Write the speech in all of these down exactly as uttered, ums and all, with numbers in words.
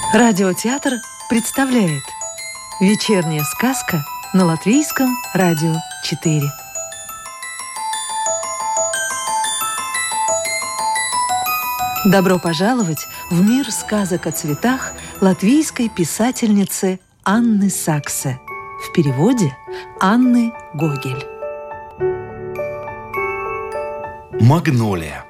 Радиотеатр представляет «Вечерняя сказка» на Латвийском радио четыре. Добро пожаловать в мир сказок о цветах латвийской писательницы Анны Саксе. В переводе Анны Гогель. Магнолия.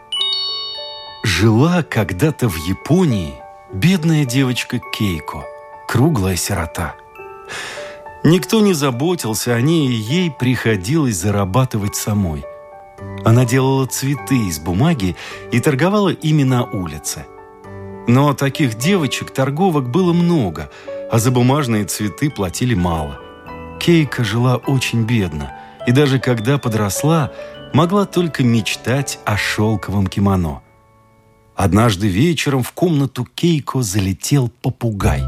Жила когда-то в Японии бедная девочка Кейко, круглая сирота. Никто не заботился о ней, и ей приходилось зарабатывать самой. Она делала цветы из бумаги и торговала ими на улице. Но таких девочек-торговок было много, а за бумажные цветы платили мало. Кейко жила очень бедно, и даже когда подросла, могла только мечтать о шелковом кимоно. Однажды вечером в комнату Кейко залетел попугай.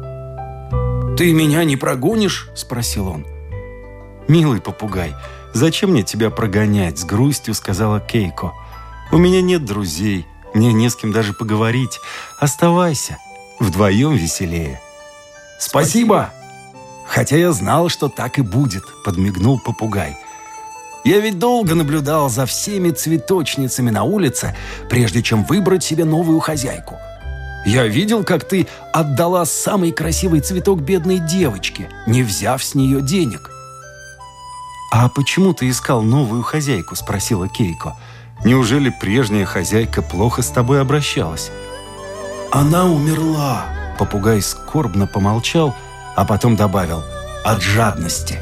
«Ты меня не прогонишь?» – спросил он. «Милый попугай, зачем мне тебя прогонять?» – с грустью сказала Кейко. «У меня нет друзей, мне не с кем даже поговорить. Оставайся, вдвоем веселее». «Спасибо! Хотя я знал, что так и будет», – подмигнул попугай. «Я ведь долго наблюдал за всеми цветочницами на улице, прежде чем выбрать себе новую хозяйку. Я видел, как ты отдала самый красивый цветок бедной девочке, не взяв с нее денег». «А почему ты искал новую хозяйку?» – спросила Кейко. «Неужели прежняя хозяйка плохо с тобой обращалась?» «Она умерла», – попугай скорбно помолчал, а потом добавил: «от жадности».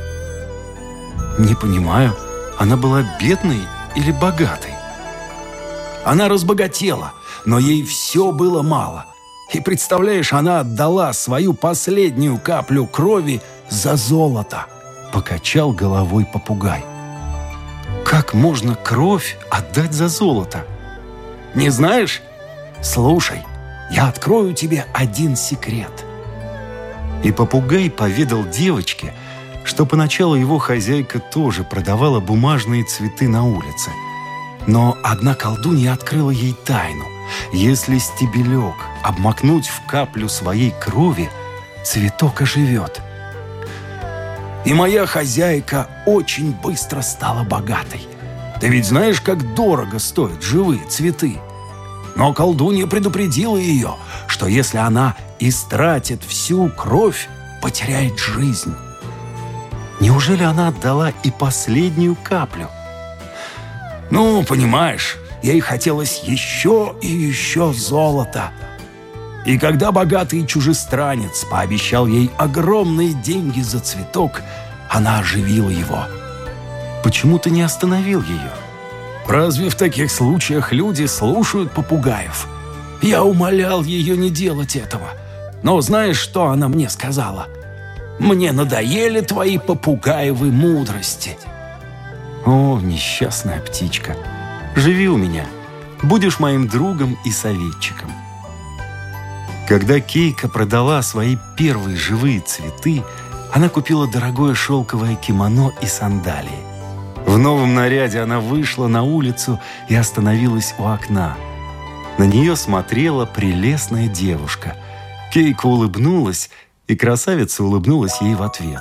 «Не понимаю, она была бедной или богатой?» «Она разбогатела, но ей все было мало. И представляешь, она отдала свою последнюю каплю крови за золото», – покачал головой попугай. «Как можно кровь отдать за золото?» «Не знаешь? Слушай, я открою тебе один секрет». И попугай поведал девочке, что поначалу его хозяйка тоже продавала бумажные цветы на улице. Но одна колдунья открыла ей тайну. Если стебелек обмакнуть в каплю своей крови, цветок оживет. И моя хозяйка очень быстро стала богатой. Ты ведь знаешь, как дорого стоят живые цветы. Но колдунья предупредила ее, что если она истратит всю кровь, потеряет жизнь. Неужели она отдала и последнюю каплю? Ну, понимаешь, ей хотелось еще и еще золота. И когда богатый чужестранец пообещал ей огромные деньги за цветок, она оживила его. Почему ты не остановил ее? Разве в таких случаях люди слушают попугаев? Я умолял ее не делать этого. Но знаешь, что она мне сказала? «Мне надоели твои попугаевы мудрости». О, несчастная птичка, живи у меня, будешь моим другом и советчиком. Когда Кейко продала свои первые живые цветы, она купила дорогое шелковое кимоно и сандалии. В новом наряде она вышла на улицу и остановилась у окна. На нее смотрела прелестная девушка. Кейко улыбнулась, и красавица улыбнулась ей в ответ.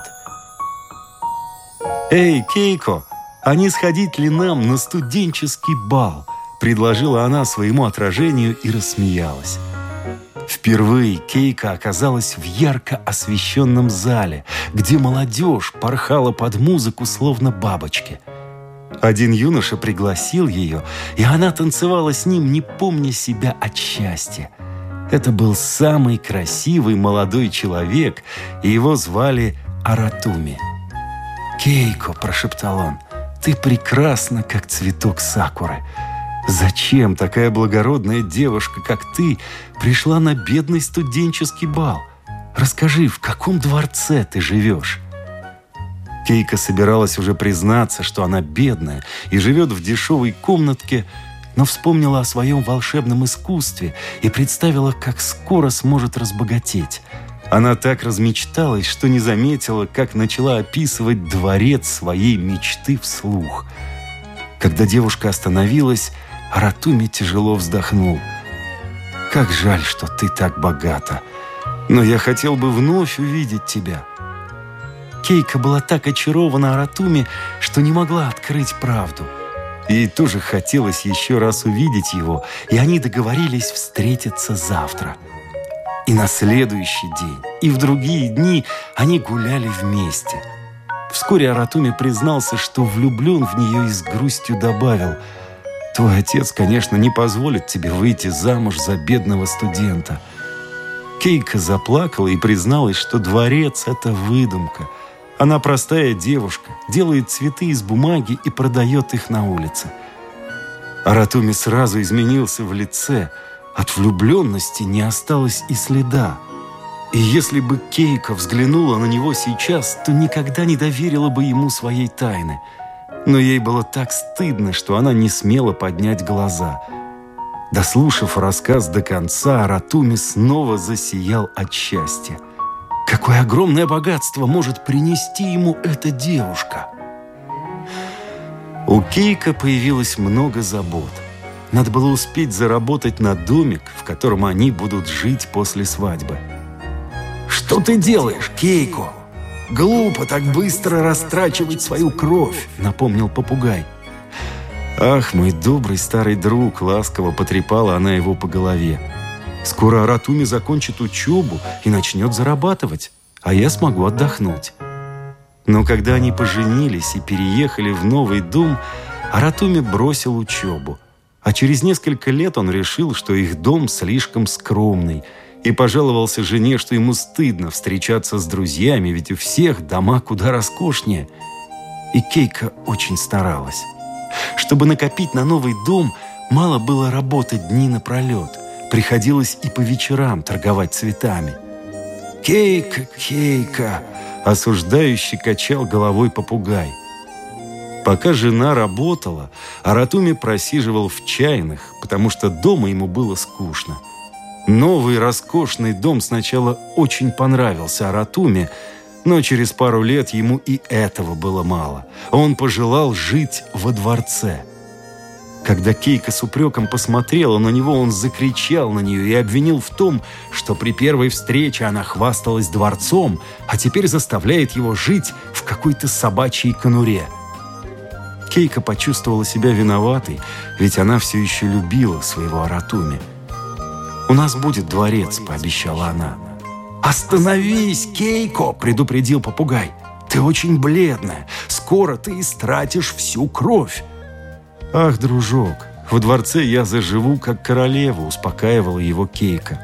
«Эй, Кейко, а не сходить ли нам на студенческий бал?» – предложила она своему отражению и рассмеялась. Впервые Кейко оказалась в ярко освещенном зале, где молодежь порхала под музыку, словно бабочки. Один юноша пригласил ее, и она танцевала с ним, не помня себя от счастья. Это был самый красивый молодой человек, и его звали Аратуми. «Кейко», – прошептал он, – «ты прекрасна, как цветок сакуры. Зачем такая благородная девушка, как ты, пришла на бедный студенческий бал? Расскажи, в каком дворце ты живешь?» Кейко собиралась уже признаться, что она бедная и живет в дешевой комнатке, но вспомнила о своем волшебном искусстве и представила, как скоро сможет разбогатеть. Она так размечталась, что не заметила, как начала описывать дворец своей мечты вслух. Когда девушка остановилась, Аратуми тяжело вздохнул. «Как жаль, что ты так богата. Но я хотел бы вновь увидеть тебя». Кейко была так очарована Аратуми, что не могла открыть правду. Ей тоже хотелось еще раз увидеть его, и они договорились встретиться завтра. И на следующий день, и в другие дни они гуляли вместе. Вскоре Аратуми признался, что влюблен в нее и с грустью добавил: «Твой отец, конечно, не позволит тебе выйти замуж за бедного студента». Кейко заплакала и призналась, что дворец – это выдумка. Она простая девушка, делает цветы из бумаги и продает их на улице. Аратуми сразу изменился в лице. От влюбленности не осталось и следа. И если бы Кейко взглянула на него сейчас, то никогда не доверила бы ему своей тайны. Но ей было так стыдно, что она не смела поднять глаза. Дослушав рассказ до конца, Аратуми снова засиял от счастья. Какое огромное богатство может принести ему эта девушка! У Кейко появилось много забот. Надо было успеть заработать на домик, в котором они будут жить после свадьбы. «Что ты делаешь, Кейко? Глупо так быстро растрачивать свою кровь», — напомнил попугай. «Ах, мой добрый старый друг», — ласково потрепала она его по голове. «Скоро Аратуми закончит учебу и начнет зарабатывать, а я смогу отдохнуть». Но когда они поженились и переехали в новый дом, Аратуми бросил учебу. А через несколько лет он решил, что их дом слишком скромный, и пожаловался жене, что ему стыдно встречаться с друзьями, ведь у всех дома куда роскошнее. И Кейко очень старалась. Чтобы накопить на новый дом, мало было работать дни напролет. Приходилось и по вечерам торговать цветами. «Кейко, Кейко!» – осуждающе качал головой попугай. Пока жена работала, Аратуми просиживал в чайных, потому что дома ему было скучно. Новый роскошный дом сначала очень понравился Аратуми, но через пару лет ему и этого было мало. Он пожелал жить во дворце. Когда Кейко с упреком посмотрела на него, он закричал на нее и обвинил в том, что при первой встрече она хвасталась дворцом, а теперь заставляет его жить в какой-то собачьей конуре. Кейко почувствовала себя виноватой, ведь она все еще любила своего Аратуми. «У нас будет дворец», — пообещала она. «Остановись, Кейко!» — предупредил попугай. «Ты очень бледная. Скоро ты истратишь всю кровь». «Ах, дружок, во дворце я заживу, как королева», — успокаивала его Кейко.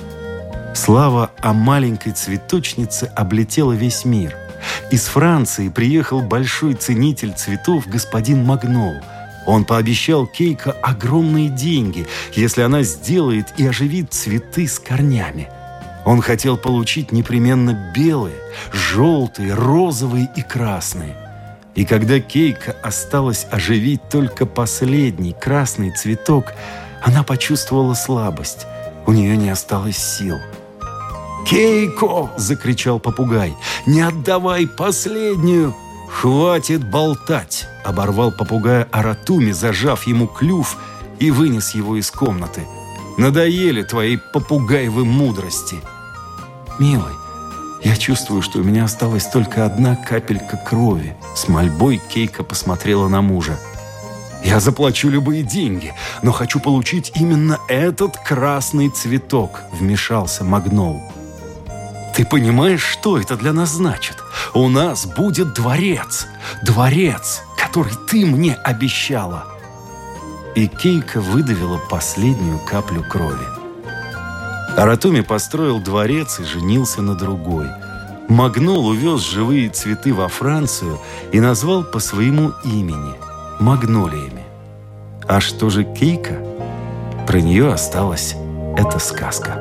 Слава о маленькой цветочнице облетела весь мир. Из Франции приехал большой ценитель цветов господин Магнол. Он пообещал Кейко огромные деньги, если она сделает и оживит цветы с корнями. Он хотел получить непременно белые, желтые, розовые и красные. И когда Кейко осталось оживить только последний красный цветок, она почувствовала слабость. У нее не осталось сил. «Кейко!» – закричал попугай. «Не отдавай последнюю!» «Хватит болтать!» – оборвал попугая Аратуми, зажав ему клюв, и вынес его из комнаты. «Надоели твои попугаевы мудрости!» «Милый, я чувствую, что у меня осталась только одна капелька крови», – с мольбой Кейко посмотрела на мужа. «Я заплачу любые деньги, но хочу получить именно этот красный цветок», – вмешался Магнол. «Ты понимаешь, что это для нас значит? У нас будет дворец. Дворец, который ты мне обещала». И Кейко выдавила последнюю каплю крови. Аратуми построил дворец и женился на другой. Магнол увез живые цветы во Францию и назвал по своему имени – магнолиями. А что же Кейко? Про нее осталась эта сказка.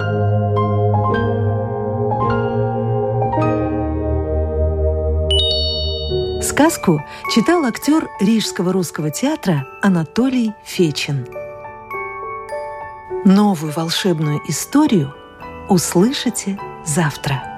Сказку читал актер Рижского русского театра Анатолий Фечин. Новую волшебную историю услышите завтра.